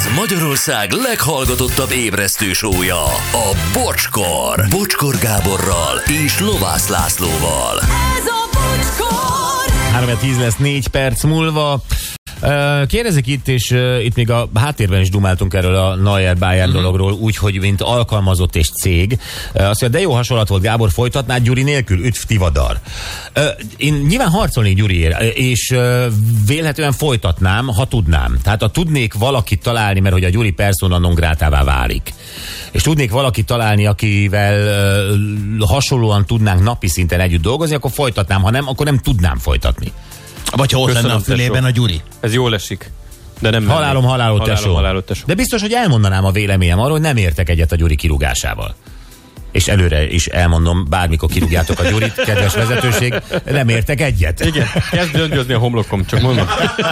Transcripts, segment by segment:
Ez Magyarország leghallgatottabb ébresztő show-ja, a Bocskor. Bocskor Gáborral és Lovász Lászlóval. Ez a Bocskor! 3-10 lesz 4 perc múlva. Kérdezik itt, és itt még a háttérben is dumáltunk erről a Neuer-Bayern dologról, úgyhogy mint alkalmazott és cég. Azt mondja, de jó hasonlat volt, Gábor, folytatnád Gyuri nélkül? Üdv Tivadar. Én nyilván harcolnék Gyuriért, és vélhetően folytatnám, ha tudnám. Tehát ha tudnék valakit találni, mert hogy a Gyuri persona non grátává válik, és tudnék valakit találni, akivel hasonlóan tudnánk napi szinten együtt dolgozni, akkor folytatnám, ha nem, akkor nem tudnám folytatni. Vagy ha ott lenne a fülében a Gyuri. Ez jól esik. De nem halálom, tesó. tesó. De biztos, hogy elmondanám a véleményem arról, hogy nem értek egyet a Gyuri kirúgásával. És előre is elmondom, bármikor kirúgjátok a Gyurit, kedves vezetőség, nem értek egyet. Igen, kezd döngyözni a homlokom, csak mondom.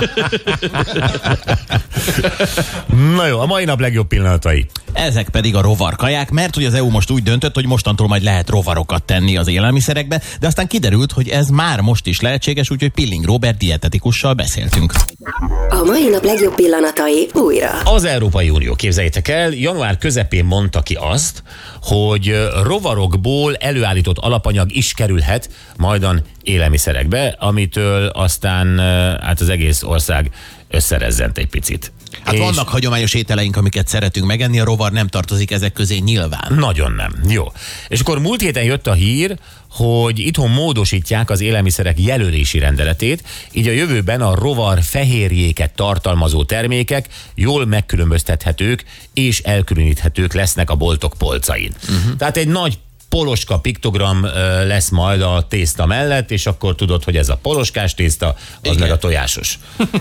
Na jó, a mai nap legjobb pillanatai. Ezek pedig a rovarkaják, mert hogy az EU most úgy döntött, hogy mostantól majd lehet rovarokat tenni az élelmiszerekbe, de aztán kiderült, hogy ez már most is lehetséges, úgyhogy Pilling Róbert dietetikussal beszéltünk. A mai nap legjobb pillanatai újra. Az Európai Unió, képzeljétek el, január közepén mondta ki azt, hogy rovarokból előállított alapanyag is kerülhet majdan élelmiszerekbe, amitől aztán hát az egész ország összerezzent egy picit. Hát vannak hagyományos ételeink, amiket szeretünk megenni, a rovar nem tartozik ezek közé nyilván. Nagyon nem. Jó. És akkor múlt héten jött a hír, hogy itthon módosítják az élelmiszerek jelölési rendeletét, így a jövőben a rovar fehérjéket tartalmazó termékek jól megkülönböztethetők és elkülöníthetők lesznek a boltok polcain. Tehát egy nagy poloska piktogram lesz majd a tészta mellett, és akkor tudod, hogy ez a poloskás tészta, az igen, meg a tojásos.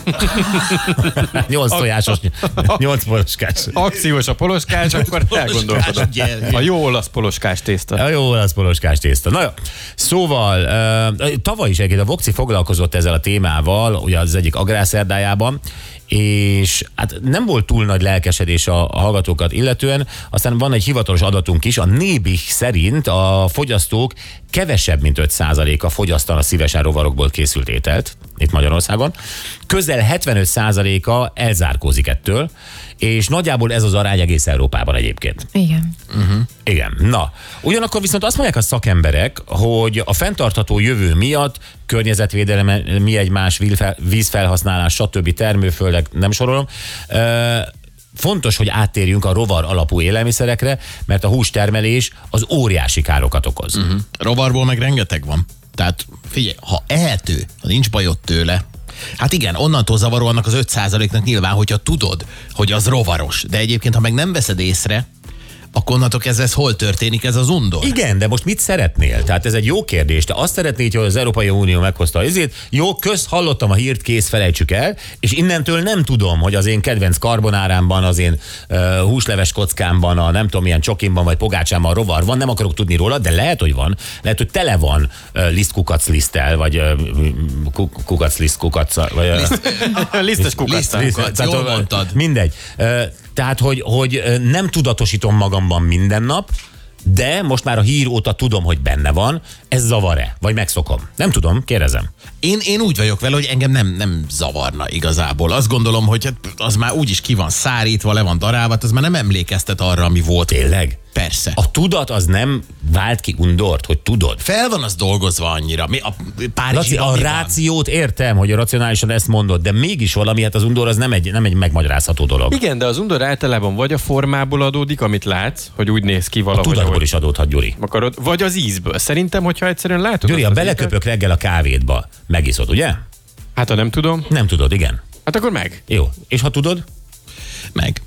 8 tojásos, 8 poloskás. Akciós a poloskás, akkor elgondolkodom. A jó olasz poloskás tészta. A jó olasz poloskás tészta. Na jó. Szóval, tavaly is egyébként a Vokci foglalkozott ezzel a témával, ugye az egyik agrárszerdájában, és hát nem volt túl nagy lelkesedés a hallgatókat illetően, aztán van egy hivatalos adatunk is, a Nébih szerint a fogyasztók kevesebb, mint 5%-a fogyasztana szívesen rovarokból készült ételt itt Magyarországon. Közel 75%-a elzárkózik ettől, és nagyjából ez az arány egész Európában egyébként. Igen. Igen. Na, ugyanakkor viszont azt mondják a szakemberek, hogy a fenntartható jövő miatt környezetvédelem, mi egymás, vízfelhasználás, stb. Termőföldek, nem sorolom, fontos, hogy áttérjünk a rovar alapú élelmiszerekre, mert a hústermelés az óriási károkat okoz. Rovarból meg rengeteg van. Tehát figyelj, ha ehető, ha nincs bajod tőle, hát igen, onnantól zavaró annak az 5%-nak nyilván, hogyha tudod, hogy az rovaros. De egyébként, ha meg nem veszed észre, akkor onnantól kezdve ez hol történik, ez az undor? Igen, de most mit szeretnél? Tehát ez egy jó kérdés. Te azt szeretnéd, hogy az Európai Unió meghozta ezért. Jó, hallottam a hírt, kész, felejtsük el, és innentől nem tudom, hogy az én kedvenc karbonárámban, az én húsleves kockámban, a nem tudom milyen csokimban, vagy pogácsámban rovar van, nem akarok tudni róla, de lehet, hogy van. Lehet, hogy tele van lisztkukacliszttel, vagy kukaclisztkukac, vagy lisztes kukac. Jól mondtad. Mindegy. Tehát, hogy nem tudatosítom magamban minden nap, de most már a hír óta tudom, hogy benne van, ez zavar-e? Vagy megszokom? Nem tudom, kérdezem. Én úgy vagyok vele, hogy engem nem zavarna igazából. Azt gondolom, hogy az már úgyis ki van szárítva, le van darálva, az már nem emlékeztet arra, ami volt. Tényleg? Persze. A tudat az nem vált ki undort, hogy tudod? Fel van az dolgozva annyira. Laci, a rációt értem, hogy racionálisan ezt mondod, de mégis valami, hát az undor az nem egy megmagyarázható dolog. Igen, de az undor általában vagy a formából adódik, amit látsz, hogy úgy néz ki valahogy. A tudatból is adódhat, Gyuri. Akarod, vagy az ízből. Szerintem, hogyha egyszerűen látod. Gyuri, ha beleköpök reggel a kávédba, megiszod, ugye? Hát, ha nem tudom. Nem tudod, igen. Hát akkor meg. Jó. És ha tudod? Meg.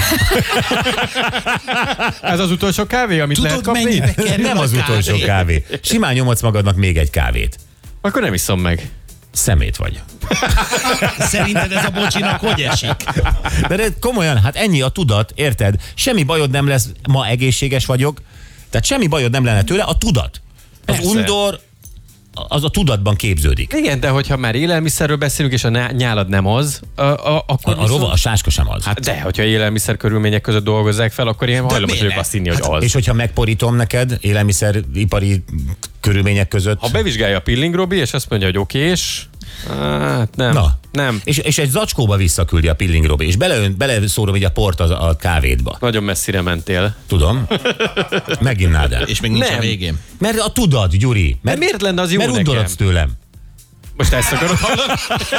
Ez az utolsó kávé, amit Tudod, lehet kapni? mennyibe kerül Nem a az utolsó kávé. Simán nyomadsz magadnak még egy kávét. Akkor nem iszom meg. Szemét vagy. Szerinted ez a bocsinak hogy esik? De komolyan, hát ennyi a tudat, érted? Semmi bajod nem lesz, ma egészséges vagyok, tehát semmi bajod nem lenne tőle, a tudat. Az Persze. undor az a tudatban képződik. Igen, de hogyha már élelmiszerről beszélünk, és a nyálad nem az, akkor A sáska sem az. Hát de, hogyha élelmiszer körülmények között dolgozzák fel, akkor én hajlamos vagyok azt hinni, hogy az. És hogyha megporítom neked élelmiszeripari körülmények között. Ha bevizsgálja a Pilling Robi, és azt mondja, hogy oké, és Hát nem. Na. Nem. És egy zacskóba visszaküldi a Pilling Robi, és beleszórom így a port a kávédba. Nagyon messzire mentél. Tudom. Meginnád el. És még nincs Nem. a végén. Mert tudod, Gyuri. De miért lenne az jó mert nekem? undorodsz tőlem. Most ezt akarod hallani?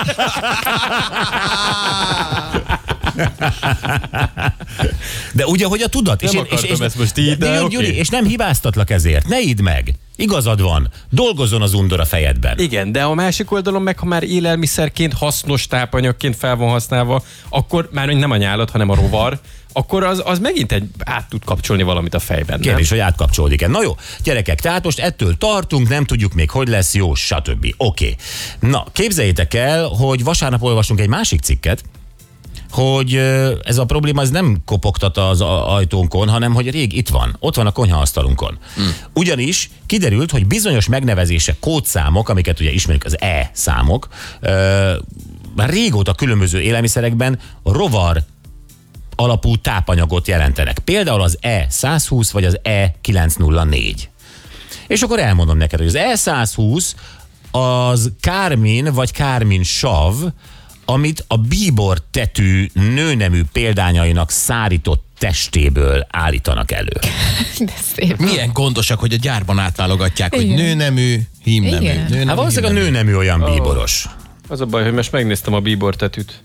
De ugye, hogy a tudat. Nem akartam ezt most így, de oké. Gyuri, és nem hibáztatlak ezért. Ne idd meg. Igazad van. Dolgozzon az undor a fejedben. Igen, de a másik oldalon meg, ha már élelmiszerként, hasznos tápanyagként fel van használva, akkor már nem a nyálat, hanem a rovar, akkor az megint át tud kapcsolni valamit a fejben. Kérdés, hogy átkapcsolódik-e. Na jó, gyerekek, tehát most ettől tartunk, nem tudjuk még, hogy lesz jó, stb. Oké. Na, képzeljétek el, hogy vasárnap olvasunk egy másik cikket, hogy ez a probléma ez nem kopogtat az ajtónkon, hanem hogy rég itt van, ott van a konyhaasztalunkon. Ugyanis kiderült, hogy bizonyos megnevezések, kódszámok, amiket ugye ismerjük, az E-számok, már régóta különböző élelmiszerekben rovar alapú tápanyagot jelentenek. Például az E120 vagy az E904. És akkor elmondom neked, hogy az E120 az kármin vagy kármin sav, amit a bíbor tetű nőnemű példányainak szárított testéből állítanak elő. De szép. Milyen gondosak, hogy a gyárban átválogatják, hogy Igen. nőnemű, hímnemű. Igen. Nőnemű, Hát valószínűleg a hímnemű. nőnemű olyan bíboros. Az a baj, hogy most megnéztem a bíbortetűt.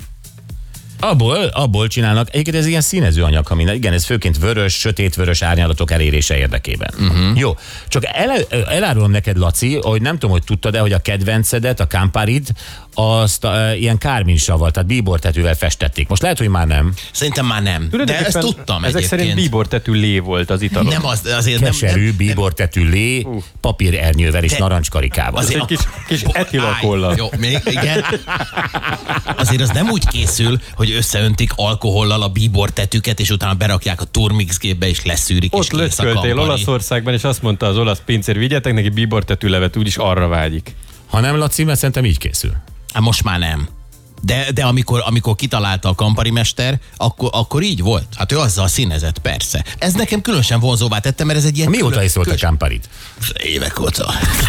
Abból csinálnak, egyébként ez ilyen színező anyag, ha minden, igen, ez főként vörös, sötétvörös árnyalatok elérése érdekében. Jó, csak elárulom neked, Laci, hogy nem tudom, hogy tudtad-e, hogy a kedvencedet, a Camparit, azt ilyen kárminsavval, tehát bíbortetűvel festették. Most lehet, hogy már nem. Szerintem már nem. De ezt tudtam ezek egyébként. szerint bíbortetű lé volt az italon. Nem, azért Keserű, nem. bíbortetű lé, papírernyővel és narancskarikával. Azért Egy kis etilakollal. Jó, még igen. Azért az nem úgy készül, hogy összeöntik alkohollal a bíbortetüket, és utána berakják a turmix gépbe, és leszűrik, Ott és kész a lötyöltél Campari. Olaszországban, és azt mondta az olasz pincér, vigyetek neki bíbortetű levet, úgyis arra vágyik. Ha nem, Laci, mert szerintem így készül. Hát most már nem. De amikor kitalálta a Campari mester, akkor így volt. Hát ő azzal színezett, persze. Ez nekem különösen vonzóvá tette, mert ez egy ilyen... Mióta iszolt a Camparit? Évek óta.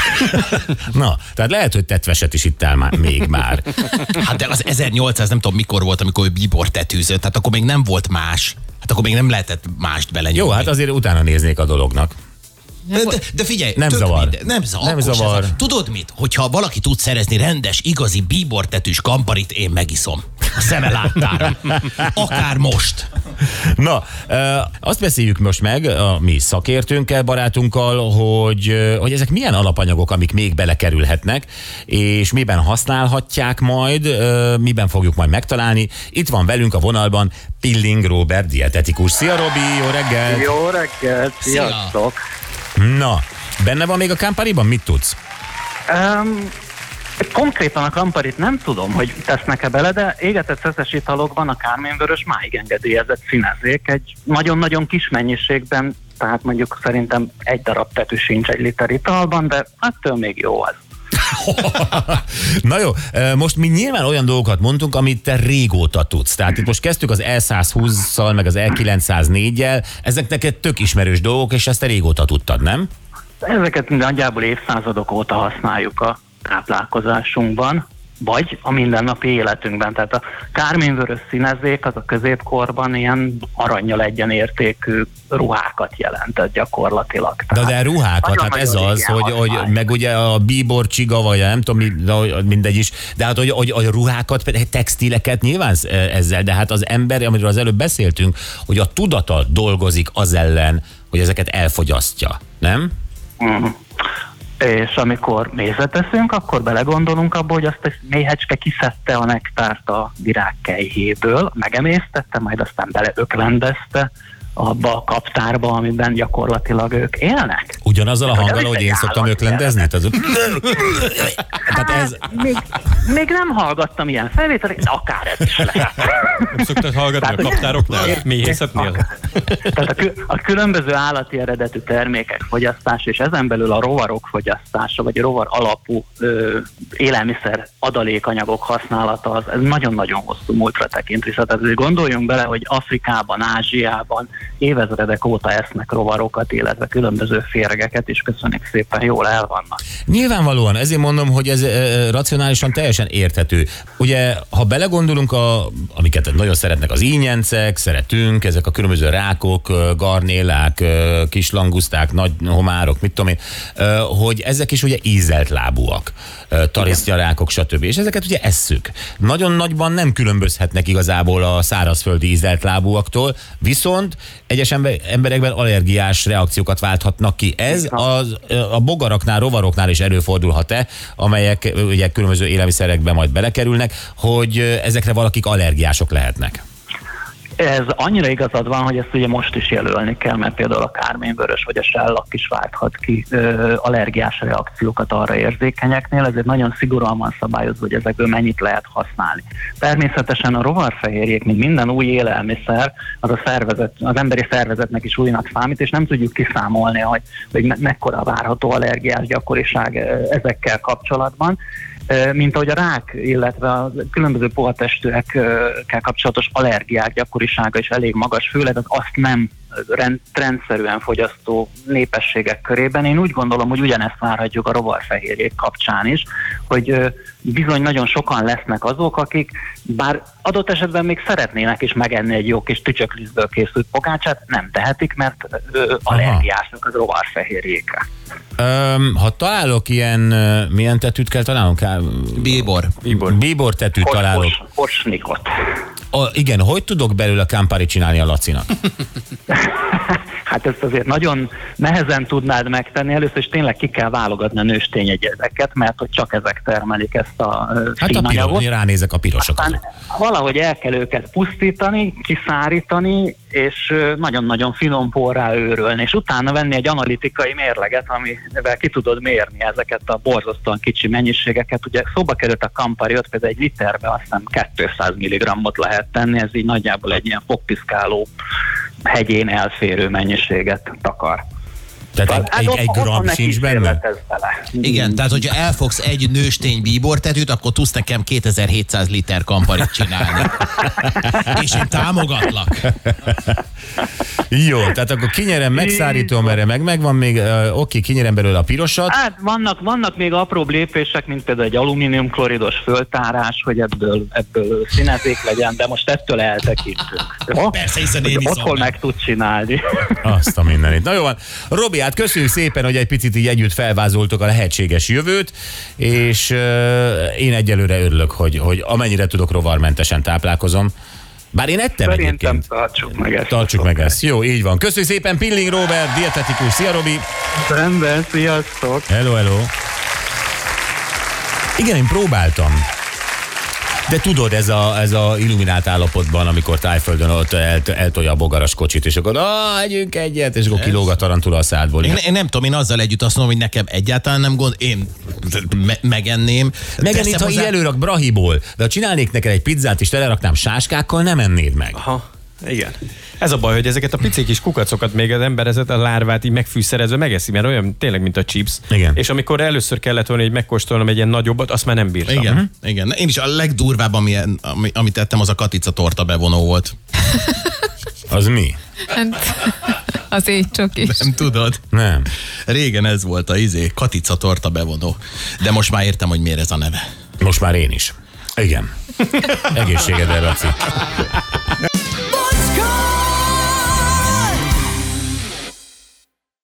Na, tehát lehet, hogy tetveset is ittál már, még már. Hát de az 1800 nem tudom mikor volt, amikor ő bíbor tetűzött, tehát akkor még nem volt más. Hát akkor még nem lehetett mást belenyúlni. Jó, hát azért utána néznék a dolognak. De figyelj, Nem tök zavar. minden. Nem zavar. Nem akkor se zavar. Tudod mit? Hogyha valaki tud szerezni rendes, igazi bíbortetűs Camparit, én megiszom. A szeme láttára. Akár most. Na, azt beszéljük most meg a mi szakértőnkkel, barátunkkal, hogy ezek milyen alapanyagok, amik még belekerülhetnek, és miben használhatják majd, miben fogjuk majd megtalálni. Itt van velünk a vonalban Pilling Róbert, dietetikus. Szia, Robi, jó reggel! Jó reggelt, sziasztok! Na, benne van még a Campariban? Mit tudsz? Konkrétan a Camparit nem tudom, hogy tesznek-e bele, de égetett szeszes italokban a kárménvörös máig engedélyezett színezék egy nagyon-nagyon kis mennyiségben, tehát mondjuk szerintem egy darab tetű sincs egy liter italban, de ettől még jó az. Na jó, most mi nyilván olyan dolgokat mondtunk, amit te régóta tudsz. Tehát itt most kezdtük az E120-szal, meg az E904-jel, ezek neked tök ismerős dolgok, és ezt te régóta tudtad, nem? Ezeket nagyjából évszázadok óta használjuk a táplálkozásunkban, vagy a mindennapi életünkben. Tehát a kárménvörös színezék az a középkorban ilyen arannyal egyenértékű ruhákat jelentett gyakorlatilag. De ruhákat, hát ez az, hogy meg ugye a bíbor csiga, vagy nem tudom, mindegy is, de hát hogy ruhákat, textileket nyilván ezzel, de hát az ember, amiről az előbb beszéltünk, hogy a tudata dolgozik az ellen, hogy ezeket elfogyasztja, nem? Mm. És amikor mézet eszünk, akkor belegondolunk abba, hogy azt a méhecske kiszedte a nektárt a virágkelyhéből, megemésztette, majd aztán beleöklendezte abba a kaptárba, amiben gyakorlatilag ők élnek. Ugyanazzal a hanggal, hogy én szoktam öklendezni? Tehát ez... Még nem hallgattam ilyen felvételét, de akár ez is lehet. Nem szoktad hallgatni a kaptároknál? Méhészetnél? Tehát a különböző állati eredetű termékek fogyasztása, és ezen belül a rovarok fogyasztása, vagy a rovar alapú élelmiszer adalékanyagok használata, ez nagyon-nagyon hosszú múltra tekint vissza. Tehát gondoljunk bele, hogy Afrikában, Ázsiában évezredek óta esznek rovarokat, illetve különböző férgeket, és köszönjük szépen, jól el vannak. Nyilvánvalóan, ezért mondom, hogy ez racionálisan teljesen érthető. Ugye, ha belegondolunk, amiket nagyon szeretnek az ínyencek, szeretünk, ezek a különböző rákok, garnélák, kis languszták, nagy homárok, mit tudom én, hogy ezek is ugye ízelt lábúak, tarisztyarákok, stb. És ezeket ugye esszük. Nagyon nagyban nem különbözhetnek igazából a szárazföldi ízelt lábúaktól, viszont egyes emberekben allergiás reakciókat válthatnak ki. Ez a bogaraknál, rovaroknál is előfordulhat-e, amelyek ugye különböző élelmiszerekbe majd belekerülnek, hogy ezekre valakik allergiások lehetnek? Ez annyira igazad van, hogy ezt ugye most is jelölni kell, mert például a kárményvörös vagy a sellak is válthat ki allergiás reakciókat arra érzékenyeknél, ezért nagyon szigorúan van szabályozva, hogy ezekből mennyit lehet használni. Természetesen a rovarfehérjék, mint minden új élelmiszer, az emberi szervezetnek is újnak számít, és nem tudjuk kiszámolni, hogy mekkora várható allergiás gyakoriság ezekkel kapcsolatban. Mint ahogy a rák, illetve a különböző pohatestűekkel kapcsolatos allergiák gyakorisága is elég magas, főleg az azt nem rendszerűen fogyasztó népességek körében. Én úgy gondolom, hogy ugyanezt várhatjuk a rovarfehérjék kapcsán is, hogy bizony nagyon sokan lesznek azok, akik bár adott esetben még szeretnének is megenni egy jó kis tücsöklisztből készült pogácsát, nem tehetik, mert allergiásnak az rovarfehérjékre. Ha találok ilyen, milyen tetűt kell találnunk? Bíbor tetűt találok. Osnikot. Igen, hogy tudok belőle Campari csinálni a Lacinak? Hát ezt azért nagyon nehezen tudnád megtenni. Először is tényleg ki kell válogatni a nőstényegyedeket, mert hogy csak ezek termelik ezt a színanyagot. Hát ránézek a pirosokat. Aztán valahogy el kell őket pusztítani, kiszárítani, és nagyon-nagyon finom porrá őrölni, és utána venni egy analitikai mérleget, amivel ki tudod mérni ezeket a borzasztóan kicsi mennyiségeket. Ugye szóba került a Campariot, például egy literbe azt hiszem 200 mg-ot lehet tenni, ez így nagyjából egy ilyen fogpiszkáló hegyén elférő mennyiséget takar. Tehát egy gram sincs benne? Igen, tehát hogyha elfogsz egy nőstény bíbortetűt, akkor tudsz nekem 2700 liter Camparit csinálni. És én támogatlak. Jó, tehát akkor kinyerem, megszárítom erre, megvan még, oké, kinyerem belőle a pirosat. Hát vannak még apróbb lépések, mint például egy alumíniumkloridos föltárás, hogy ebből színezék legyen, de most ettől eltekintünk. Persze, hiszen én iszom otthon meg tud csinálni. Azt a mindenit. Na jó van. Robi, hát köszönjük szépen, hogy egy picit így együtt felvázoltok a lehetséges jövőt, és én egyelőre örülök, hogy amennyire tudok rovarmentesen táplálkozom. Bár én ettem egyébként. Tartsuk meg ezt. Jó, így van. Köszönjük szépen, Pilling Róbert, dietetikus. Szia, Robi! Rendben, sziasztok! Hello. Igen, én próbáltam. De tudod, ez a illuminált állapotban, amikor Tájföldön ott eltolja a bogaras kocsit, és akkor együnk egyet, és akkor kilóg a tarantula a szádból. Én nem tudom, én azzal együtt azt mondom, hogy nekem egyáltalán nem gond, én megenném. Megenném, ha így előrak brahiból, de ha csinálnék neked egy pizzát, és teleraknám sáskákkal, nem ennéd meg. Aha, igen. Ez a baj, hogy ezeket a pici kis kukacokat még az ember a lárvát így megfűszerezve megeszi, mert olyan tényleg, mint a chips. Igen. És amikor először kellett volna, hogy megkóstolnom egy ilyen nagyobbat, azt már nem bírtam. Igen, igen. Én is a legdurvább, amit tettem, az a katica torta bevonó volt. Az mi? Az étcsok is. Nem tudod? Nem. Régen ez volt a katica torta bevonó. De most már értem, hogy miért ez a neve. Most már én is. Igen. Egészségedre, Laci.